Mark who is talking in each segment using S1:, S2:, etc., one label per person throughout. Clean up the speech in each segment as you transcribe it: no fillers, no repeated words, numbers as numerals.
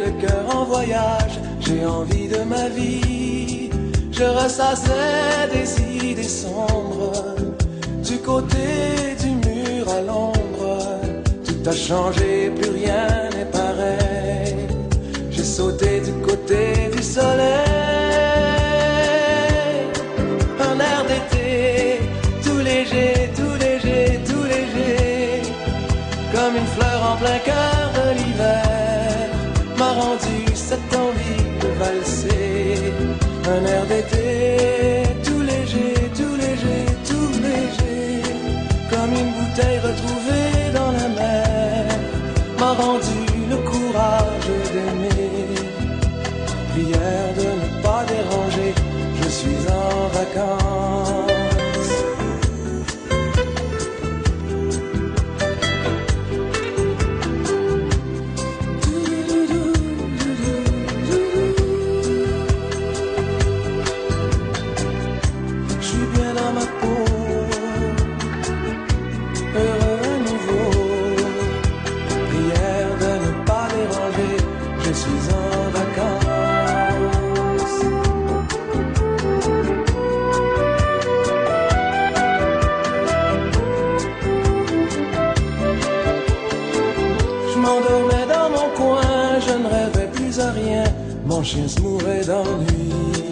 S1: le cœur en voyage, j'ai envie de ma vie. Je ressasse des idées sombres, du côté du mur à l'ombre. Tout a changé, plus rien n'est pareil. J'ai sauté du côté du soleil. Un air d'été, tout léger, tout léger, tout léger, comme une fleur en plein cœur de l'hiver, m'a rendu cette envie de valser. Un air d'été, tout léger, tout léger, tout léger, comme une bouteille retrouvée dans la mer, m'a rendu le courage d'aimer. Prière de ne pas déranger, je suis en vacances. Mon chien se mourait d'ennui.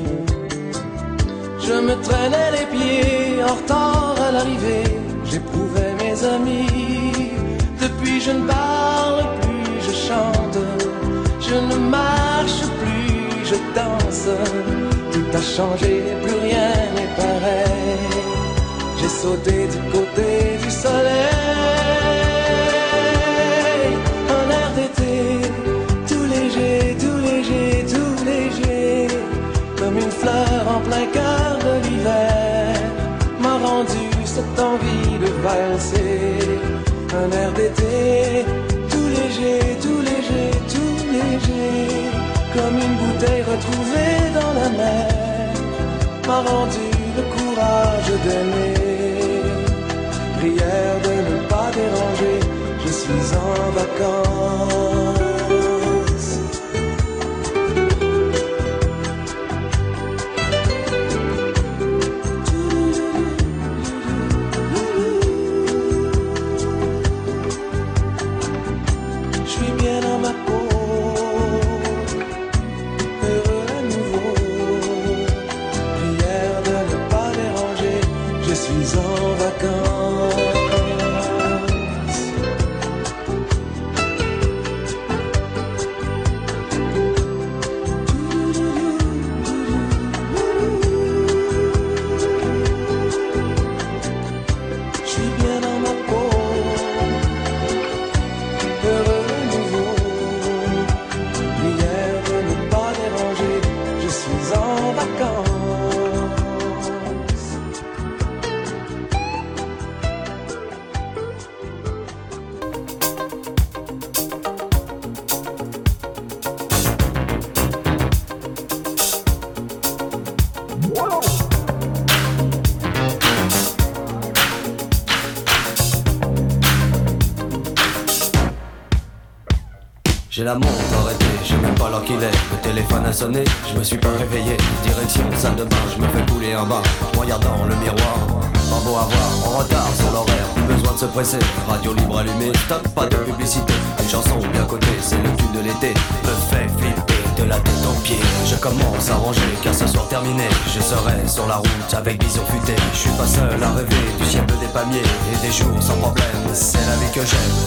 S1: Je me traînais les pieds en retard à l'arrivée. J'éprouvais mes amis. Depuis je ne parle plus, je chante. Je ne marche plus, je danse. Tout a changé, plus rien n'est pareil. J'ai sauté du côté du soleil. Un air d'été, tout léger, tout léger, tout léger, comme une fleur en plein cœur de l'hiver, m'a rendu cette envie de valser. Un air d'été, tout léger, tout léger, tout léger, comme une bouteille retrouvée dans la mer, m'a rendu le courage d'aimer. Prière de ne pas déranger, je suis en vacances.
S2: J'ai la montre arrêtée, je sais même pas l'heure qu'il est. Le téléphone a sonné, je me suis pas réveillé. Direction salle de bain, je me fais couler un bain. Je regarde dans le miroir, pas beau à voir. En retard sur l'horaire, plus besoin de se presser. Radio libre allumée, stop, pas de publicité. Une chanson bien cotée, c'est le tube de l'été. Me fait flipper de la tête aux pieds. Je commence à ranger, car ce soir terminé, je serai sur la route avec vision futée. Je suis pas seul à rêver du ciel des palmiers et des jours sans problème. C'est la vie que j'aime.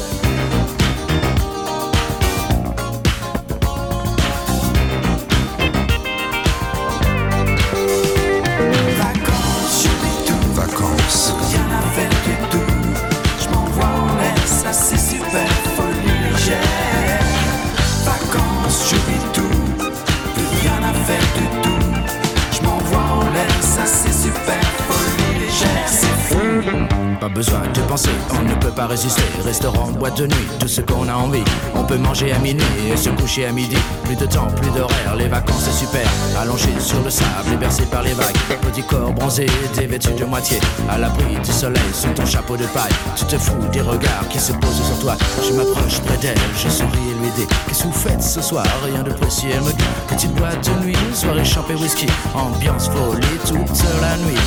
S3: C'est super folie légère, c'est fou. pas besoin de penser, on ne peut pas résister. Restaurant, boîte de nuit, tout ce qu'on a envie. On peut manger à minuit et se coucher à midi. Plus de temps, plus d'horaire, les vacances c'est super. Allongé sur le sable et bercé par les vagues. Petit corps bronzé, dévêtu de moitié. À l'abri du soleil, sous ton chapeau de paille. Tu te fous des regards qui se posent sur toi. Je m'approche près d'elle, je souris et lui dis: qu'est-ce que vous faites ce soir? Rien de précis, elle me dit: petite boîte de nuit, soirée champée whisky. Ambiance folie toute la nuit.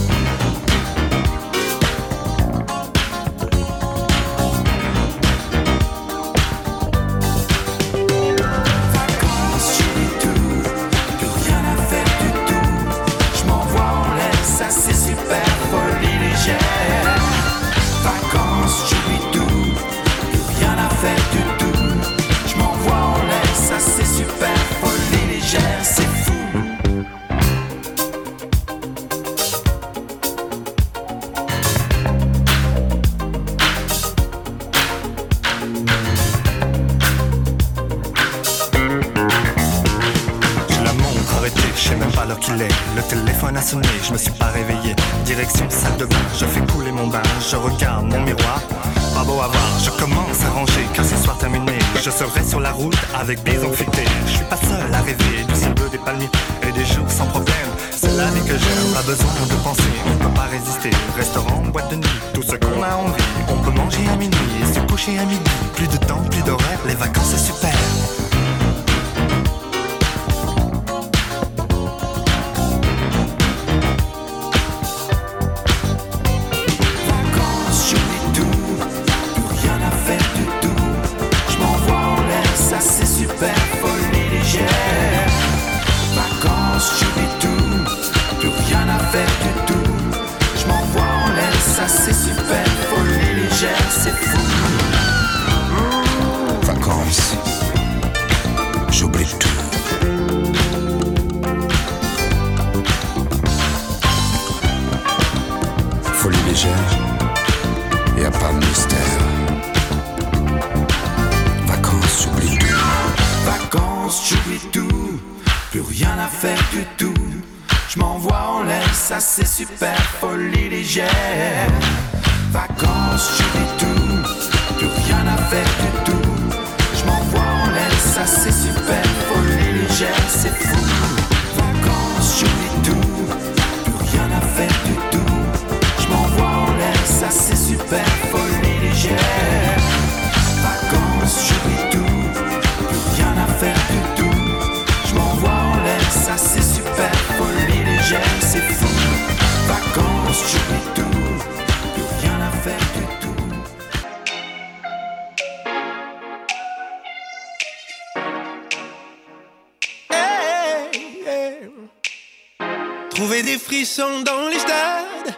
S4: Je me suis pas réveillé, direction salle de bain. Je fais couler mon bain, je regarde mon miroir. Pas beau à voir, je commence à ranger, car ce soir terminé, je serai sur la route avec bison fêté. Je suis pas seul à rêver du ciel bleu, des palmiers et des jours sans problème. C'est la vie que j'aime, pas besoin de penser, on peut pas résister. Restaurant, boîte de nuit, tout ce qu'on a envie. On peut manger à minuit et se coucher à midi. Plus de temps, plus d'horaire, les vacances c'est super.
S1: C'est super, folie légère. Vacances, j'oublie tout, plus rien à faire du tout. Je m'envoie en l'air, ça c'est super, folie légère, c'est fou. Vacances, j'oublie tout, plus rien à faire du tout. Je m'envoie en l'air, ça c'est super, folie légère. Vacances, j'oublie tout, plus rien à faire du tout. Je m'envoie en l'air, ça c'est super, folie légère, c'est fou. Vacances, j'oublie tout, plus rien à faire du tout. Hey, hey. Trouver des frissons dans les stades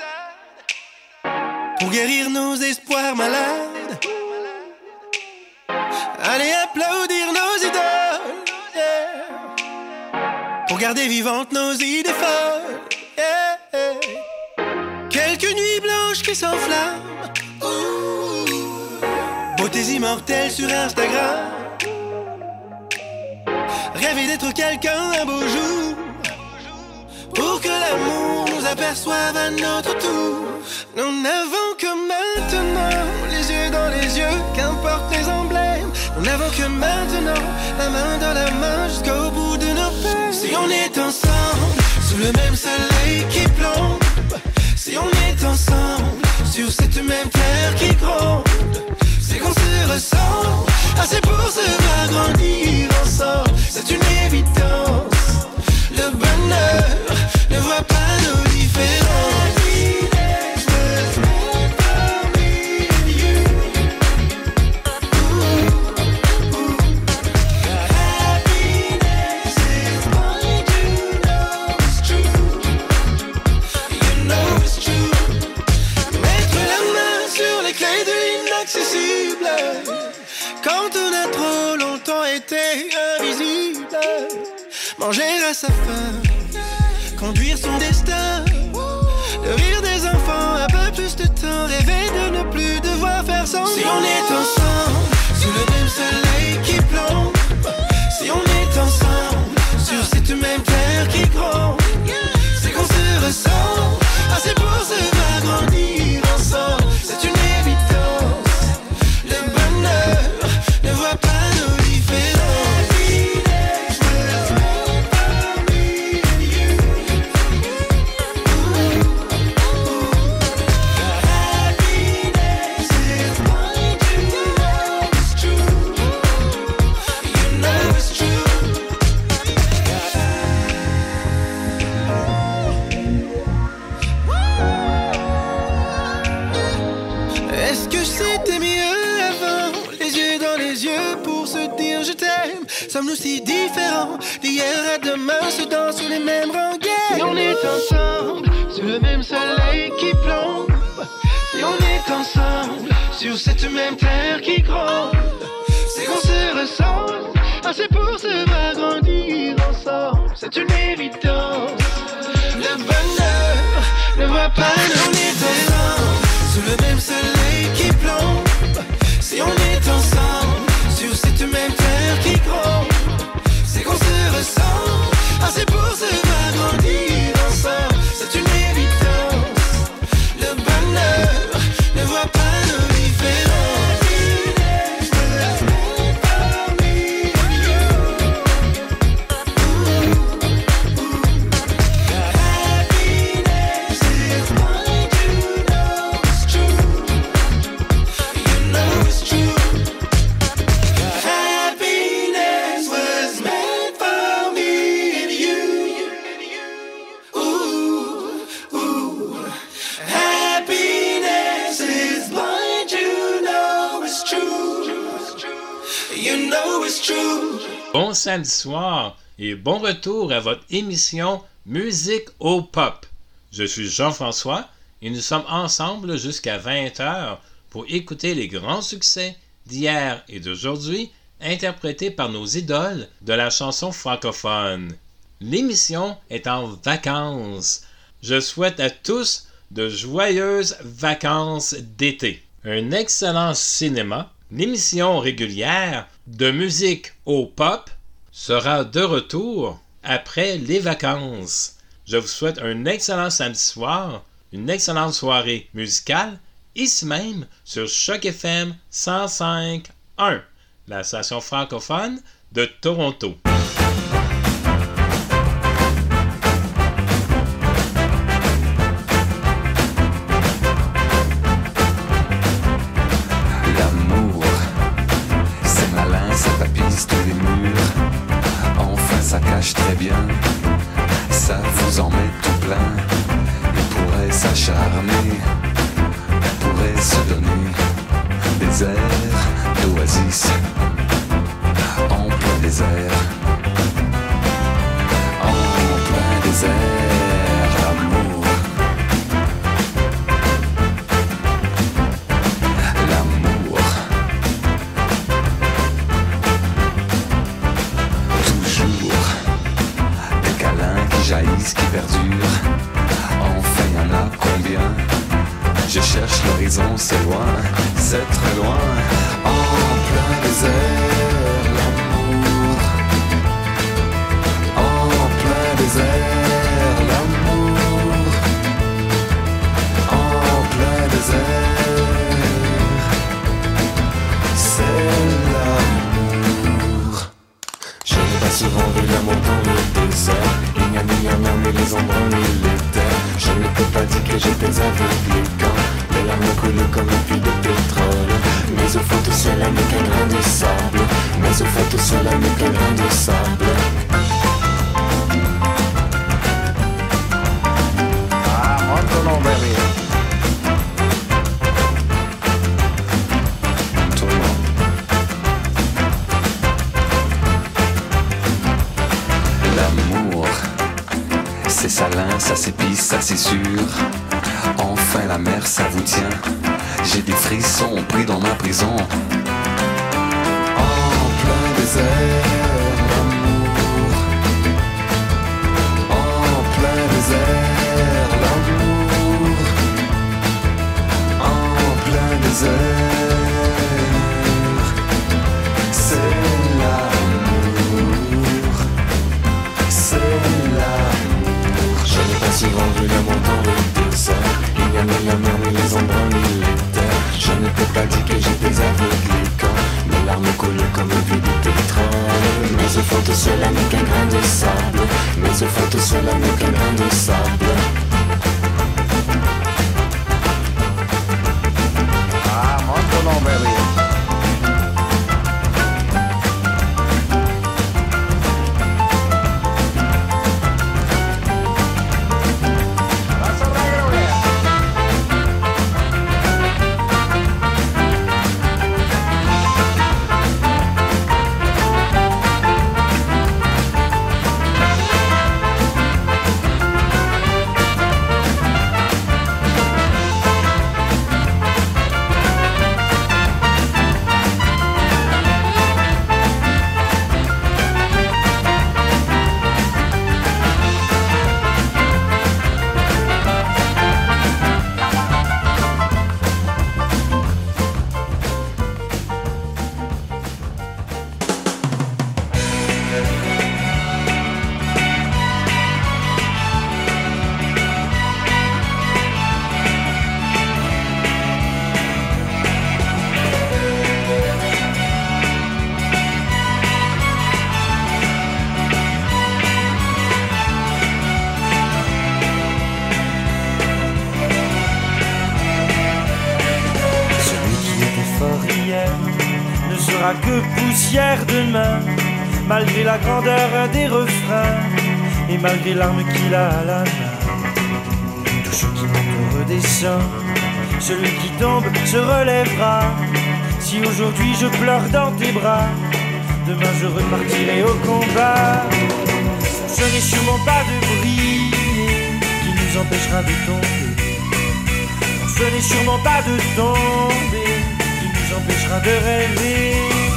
S1: pour guérir nos espoirs malades. Aller applaudir nos idoles, yeah. Pour garder vivantes nos idées folles. Quelques nuits blanches qui s'enflamment, beautés immortelles sur Instagram. Rêver d'être quelqu'un un beau jour, pour que l'amour nous aperçoive à notre tour. Nous n'avons que maintenant les yeux dans les yeux, qu'importe les emblèmes. Nous n'avons que maintenant la main dans la main jusqu'au bout de nos peines. Si on est ensemble sous le même soleil qui plombe, si on est ensemble sur cette même terre qui gronde, c'est qu'on se ressemble, assez pour se voir grandir ensemble. C'est une évidence, le bonheur ne voit pas nos différences. Quand on a trop longtemps été invisible, manger à sa faim, conduire son destin, le rire des enfants, un peu plus de temps, rêver de ne plus devoir faire semblant. Si on est ensemble sous le même soleil qui plombe, si on est ensemble sur cette même terre qui gronde, c'est qu'on se ressemble, assez pour se faire grandir ensemble. si différents. D'hier à demain, se dansent sous les mêmes rengaines. Si on est ensemble, sous le même soleil qui plombe. Si on est ensemble, sur cette même terre qui gronde. C'est qu'on se ressemble, assez pour se voir grandir ensemble. C'est une évidence. Le bonheur ne voit pas nos différences. Sous le même soleil qui plombe. Si on est ensemble, sur cette même terre qui gronde. C'est qu'on se ressemble, assez pour se voir grandir ensemble. C'est une évidence. Le bonheur ne voit pas nos différences.
S5: Bon samedi soir et bon retour à votre émission Musique au Pop. Je suis Jean-François et nous sommes ensemble jusqu'à 20h pour écouter les grands succès d'hier et d'aujourd'hui interprétés par nos idoles de la chanson francophone. L'émission est en vacances. Je souhaite à tous de joyeuses vacances d'été. Un excellent cinéma. L'émission régulière de Musique au Pop sera de retour après les vacances. Je vous souhaite un excellent samedi soir, une excellente soirée musicale, ici même sur Choc FM 105.1, la station francophone de Toronto.
S6: Ça cache très bien, ça vous en met tout plein. Il pourrait s'acharner, pourrait se donner des airs d'oasis en plein désert, en plein désert, l'amour. L'amour. Jaillissent, qui perdurent. Enfin, y'en a combien? Je cherche l'horizon, c'est loin, c'est très loin. En plein désert, l'amour. En plein désert, l'amour. En plein désert, c'est l'amour. Je n'ai pas souvent vu l'amour dans le désert. Il n'y a ni la mer, ni les ombres, ni les terres. Je ne peux pas dire que j'étais aveuglé quand les larmes coulent comme un puits de pétrole. Mais au fond tout cela n'est qu'un grain de sable. Mais au fond tout cela n'est qu'un grain de sable. Ah, montre non, baby. L'amour, c'est salin, ça s'épice, ça c'est sûr. Enfin la mer, ça vous tient. J'ai des frissons pris dans ma prison. En plein désert, l'amour. En plein désert, l'amour. En plein désert, c'est l'amour. C'est l'amour. Je n'ai pas souvent vu l'amour dans le désert. Il n'y a ni la mer, ni les ombres, ni les terres. Je ne peux pas dire que j'étais aveuglé quand mes larmes coulent comme un puits de pétrole. Mais au fond tout cela n'est qu'un grain de sable. Mais au fond tout cela n'est qu'un grain de sable. Ah, montre non, baby.
S7: poussière de main, malgré la grandeur des refrains et malgré l'arme qu'il a à la main. Tout ce qui monte redescend, celui qui tombe se relèvera. Si aujourd'hui je pleure dans tes bras, demain je repartirai au combat. Ce n'est sûrement pas de briller qui nous empêchera de tomber. Ce n'est sûrement pas de tomber qui nous empêchera de rêver.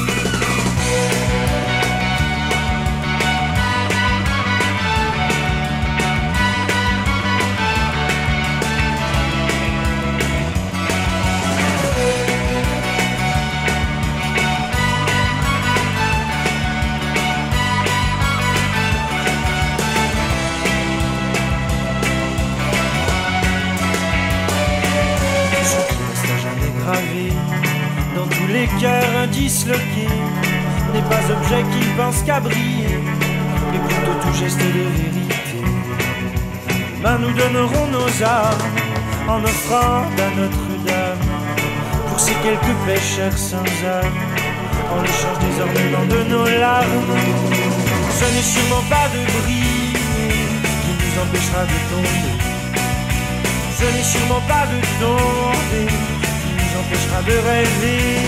S7: Dans tous les cœurs disloqués n'est pas objet qui pense qu'à briller, mais plutôt tout geste de vérité. Demain nous donnerons nos armes en offrande à Notre-Dame pour ces quelques pécheurs sans âme, en l'échange des ornements de nos larmes. Ce n'est sûrement pas de briller qui nous empêchera de tomber. Ce n'est sûrement pas de tomber empêchera de rêver.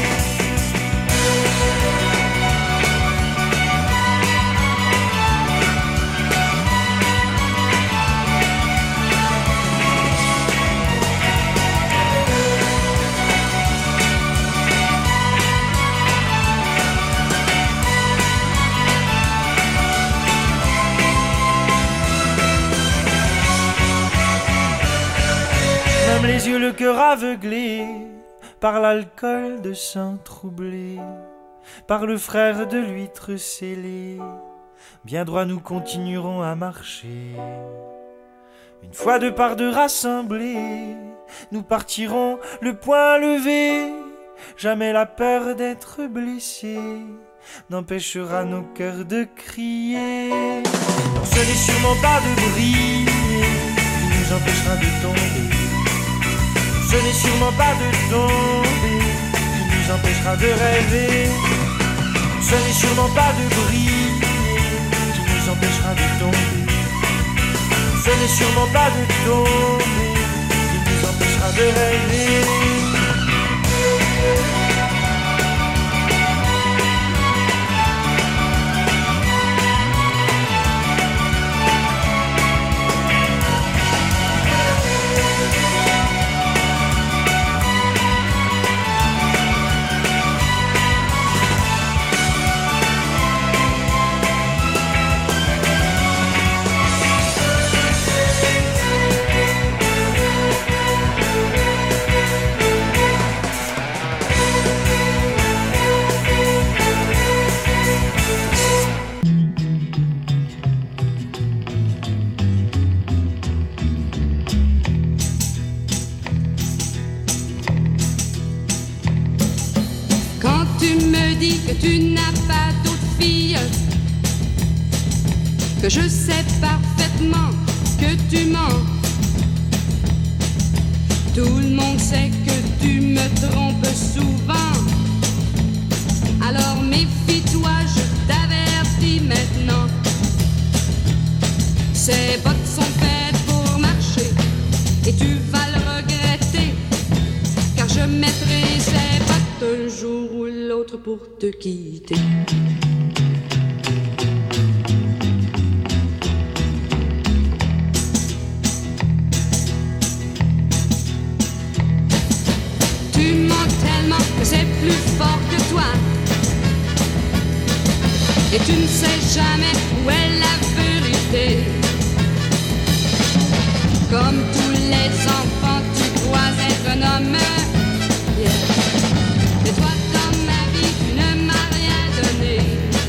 S7: Même les yeux, le cœur aveuglé par l'alcool de sang troublé, par le frère de l'huître scellé, bien droit nous continuerons à marcher. Une fois de part de rassemblés, nous partirons le poing levé. Jamais la peur d'être blessé n'empêchera nos cœurs de crier. Non, ce n'est sûrement pas de briller qui nous empêchera de tomber. Ce n'est sûrement pas de tomber qui nous empêchera de rêver. Ce n'est sûrement pas de briller qui nous empêchera de tomber. Ce n'est sûrement pas de tomber qui nous empêchera de rêver.
S8: Que tu n'as pas d'autre fille, que je sais parfaitement que tu mens. Tout le monde sait que tu me trompes souvent. Alors méfie-toi, je t'avertis maintenant. Ces bottes sont faites pour marcher et tu vas le regretter, car je mettrai ces bottes un jour ou l'autre pour te quitter. Tu mens tellement que c'est plus fort que toi, et tu ne sais jamais où est la vérité. Comme tous les enfants, tu crois être un homme. Et toi dans ma vie tu ne m'as rien donné.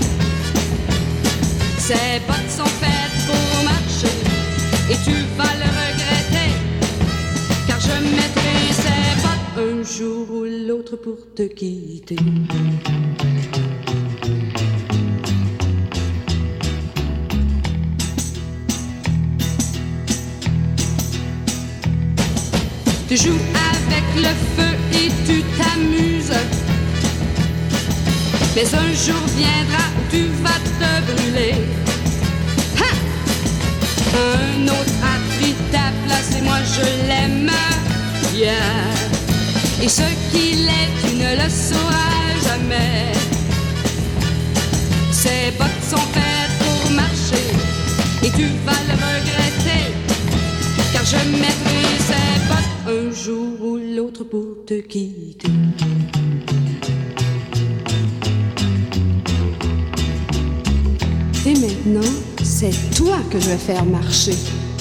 S8: Ces bottes sont faites pour marcher et tu vas le regretter, car je mettrai ces bottes un jour ou l'autre pour te quitter. Tu joues avec le feu et tu t'amuses, Mais un jour viendra où tu vas te brûler. Ha! Un autre a pris ta place et moi je l'aime bien. Et ce qu'il est, tu ne le sauras jamais. Ses bottes sont faites pour marcher et tu vas le regretter. Car je mettrai ses bottes un jour ou l'autre pour te quitter. Et maintenant, c'est toi que je vais faire marcher.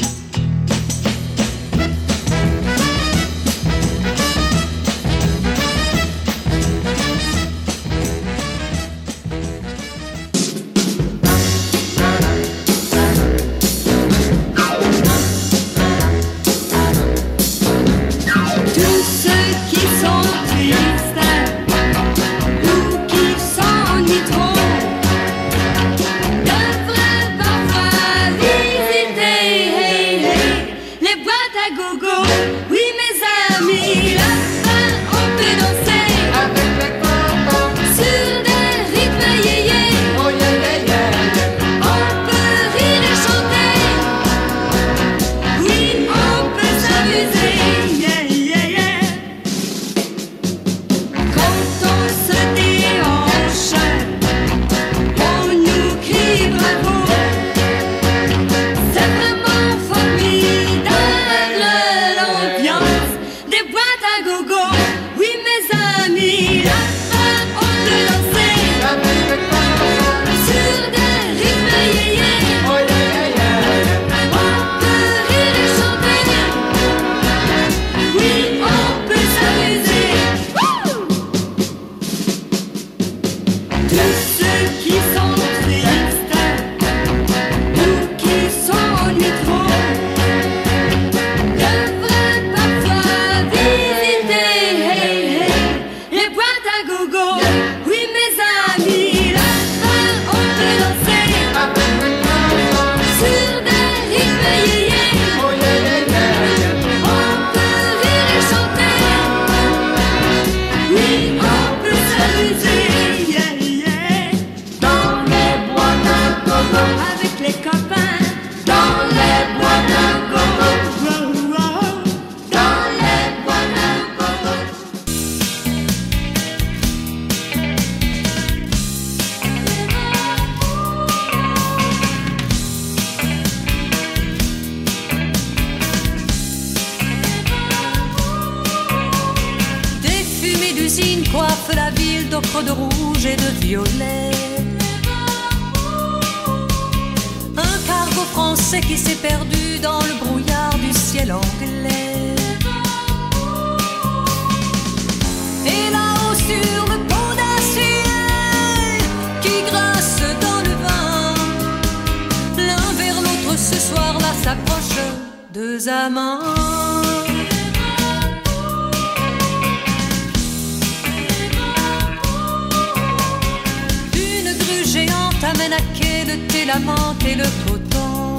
S9: Coiffe la ville d'ocre, de rouge et de violet. Un cargo français qui s'est perdu dans le brouillard du ciel anglais. Et là-haut sur le pont d'acier qui grince dans le vin, l'un vers l'autre ce soir-là s'approchent deux amants. Amène à quai le thé, la menthe et le coton.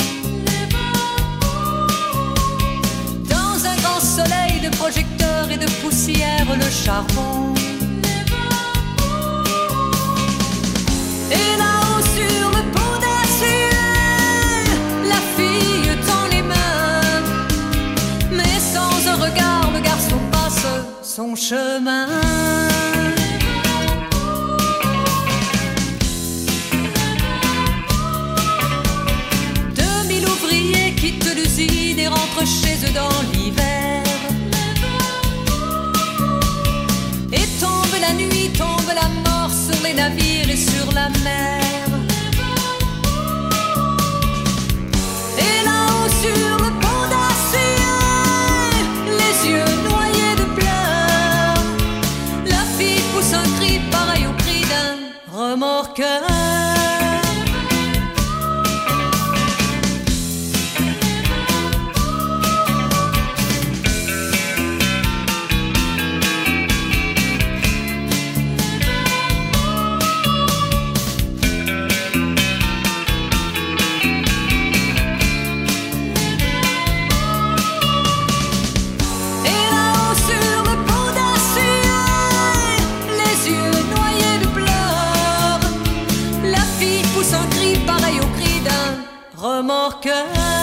S9: Dans un grand soleil de projecteurs et de poussière, le charbon. Et là-haut sur le pont d'acier, la fille tend les mains, mais sans un regard, le garçon passe son chemin. 2000 ouvriers quittent l'usine et rentrent chez eux dans l'hiver. Et tombe la nuit, tombe la mort sur les navires et sur la mer. Et là-haut sur le pont d'acier, les yeux noyés de pleurs, la fille pousse un cri pareil au cri d'un remorqueur. remorqueur.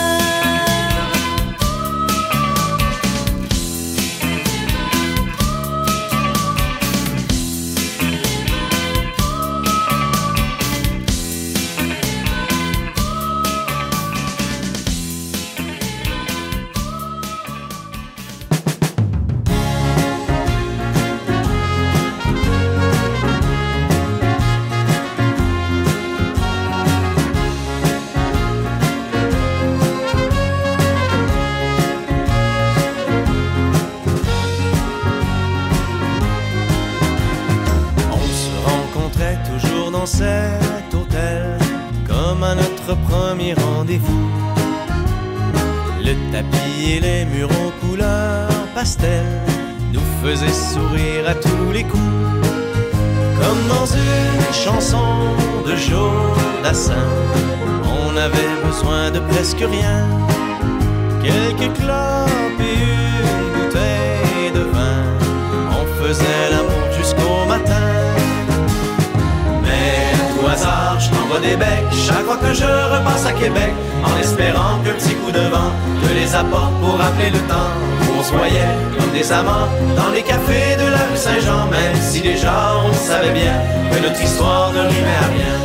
S1: Cet hôtel, comme à notre premier rendez-vous. Le tapis et les murs aux couleurs pastel nous faisaient sourire à tous les coups. Comme dans une chanson de Joe Dassin, on avait besoin de presque rien, quelques clopes et une bouteille de vin. On faisait l'amour jusqu'au matin. Au hasard, je t'envoie des becs chaque fois que je repasse à Québec, en espérant qu'un petit coup de vent te les apporte pour rappeler le temps où on se voyait comme des amants dans les cafés de la rue Saint-Jean, même si déjà on savait bien que notre histoire ne rimait à rien.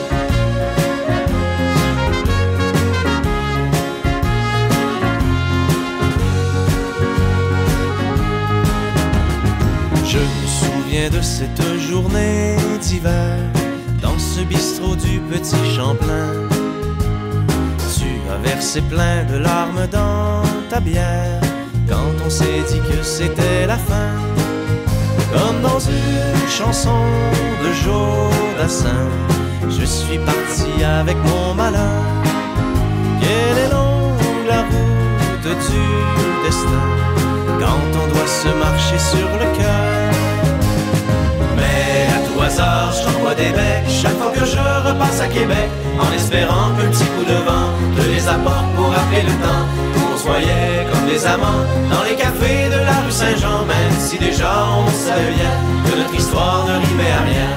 S1: Je me souviens de cette journée d'hiver dans ce bistrot du Petit Champlain. Tu as versé plein de larmes dans ta bière quand on s'est dit que c'était la fin. Comme dans une chanson de Joe Dassin, je suis parti avec mon malheur. Quelle est longue la route du destin quand on doit se marcher sur le cœur. Mais à tout hasard, je t'envoie des becs chaque fois que je repasse à Québec, en espérant qu'un petit coup de vent te les apporte pour rappeler le temps où on se voyait comme des amants dans les cafés de la rue Saint-Jean, même si déjà on savait bien que notre histoire ne rimait à rien.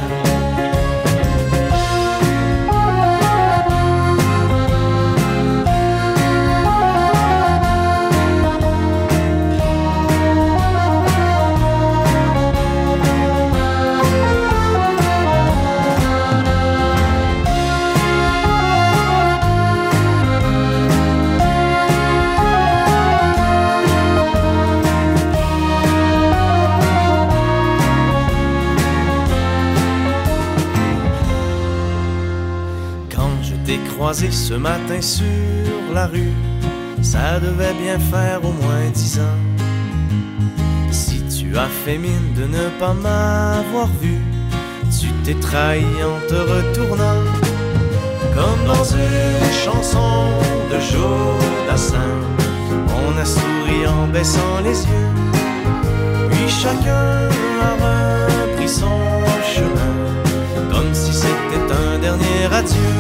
S1: Croisé ce matin sur la rue, ça devait bien faire au moins 10 ans. Si tu as fait mine de ne pas m'avoir vu, tu t'es trahi en te retournant. Comme dans une chanson de Joe Dassin, on a souri en baissant les yeux, puis chacun a repris son chemin, comme si c'était un dernier adieu.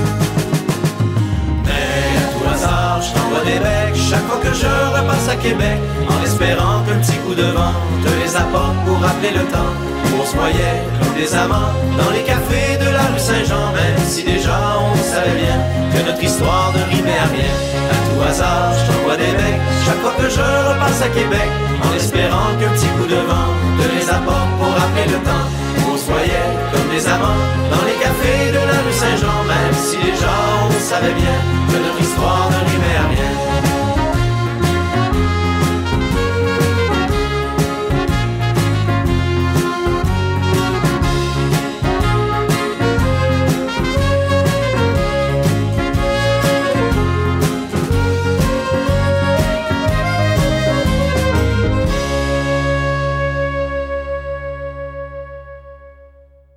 S1: Je t'envoie des becs chaque fois que je repasse à Québec, en espérant qu'un petit coup de vent te les apporte pour rappeler le temps où on se voyait comme des amants dans les cafés de la rue Saint-Jean, même si déjà on savait bien que notre histoire ne rimait à rien. À tout hasard, je t'envoie des becs chaque fois que je repasse à Québec, en espérant qu'un petit coup de vent te les apporte pour rappeler le temps où on se voyait comme des amants dans les cafés de la rue Saint-Jean, même si déjà on savait bien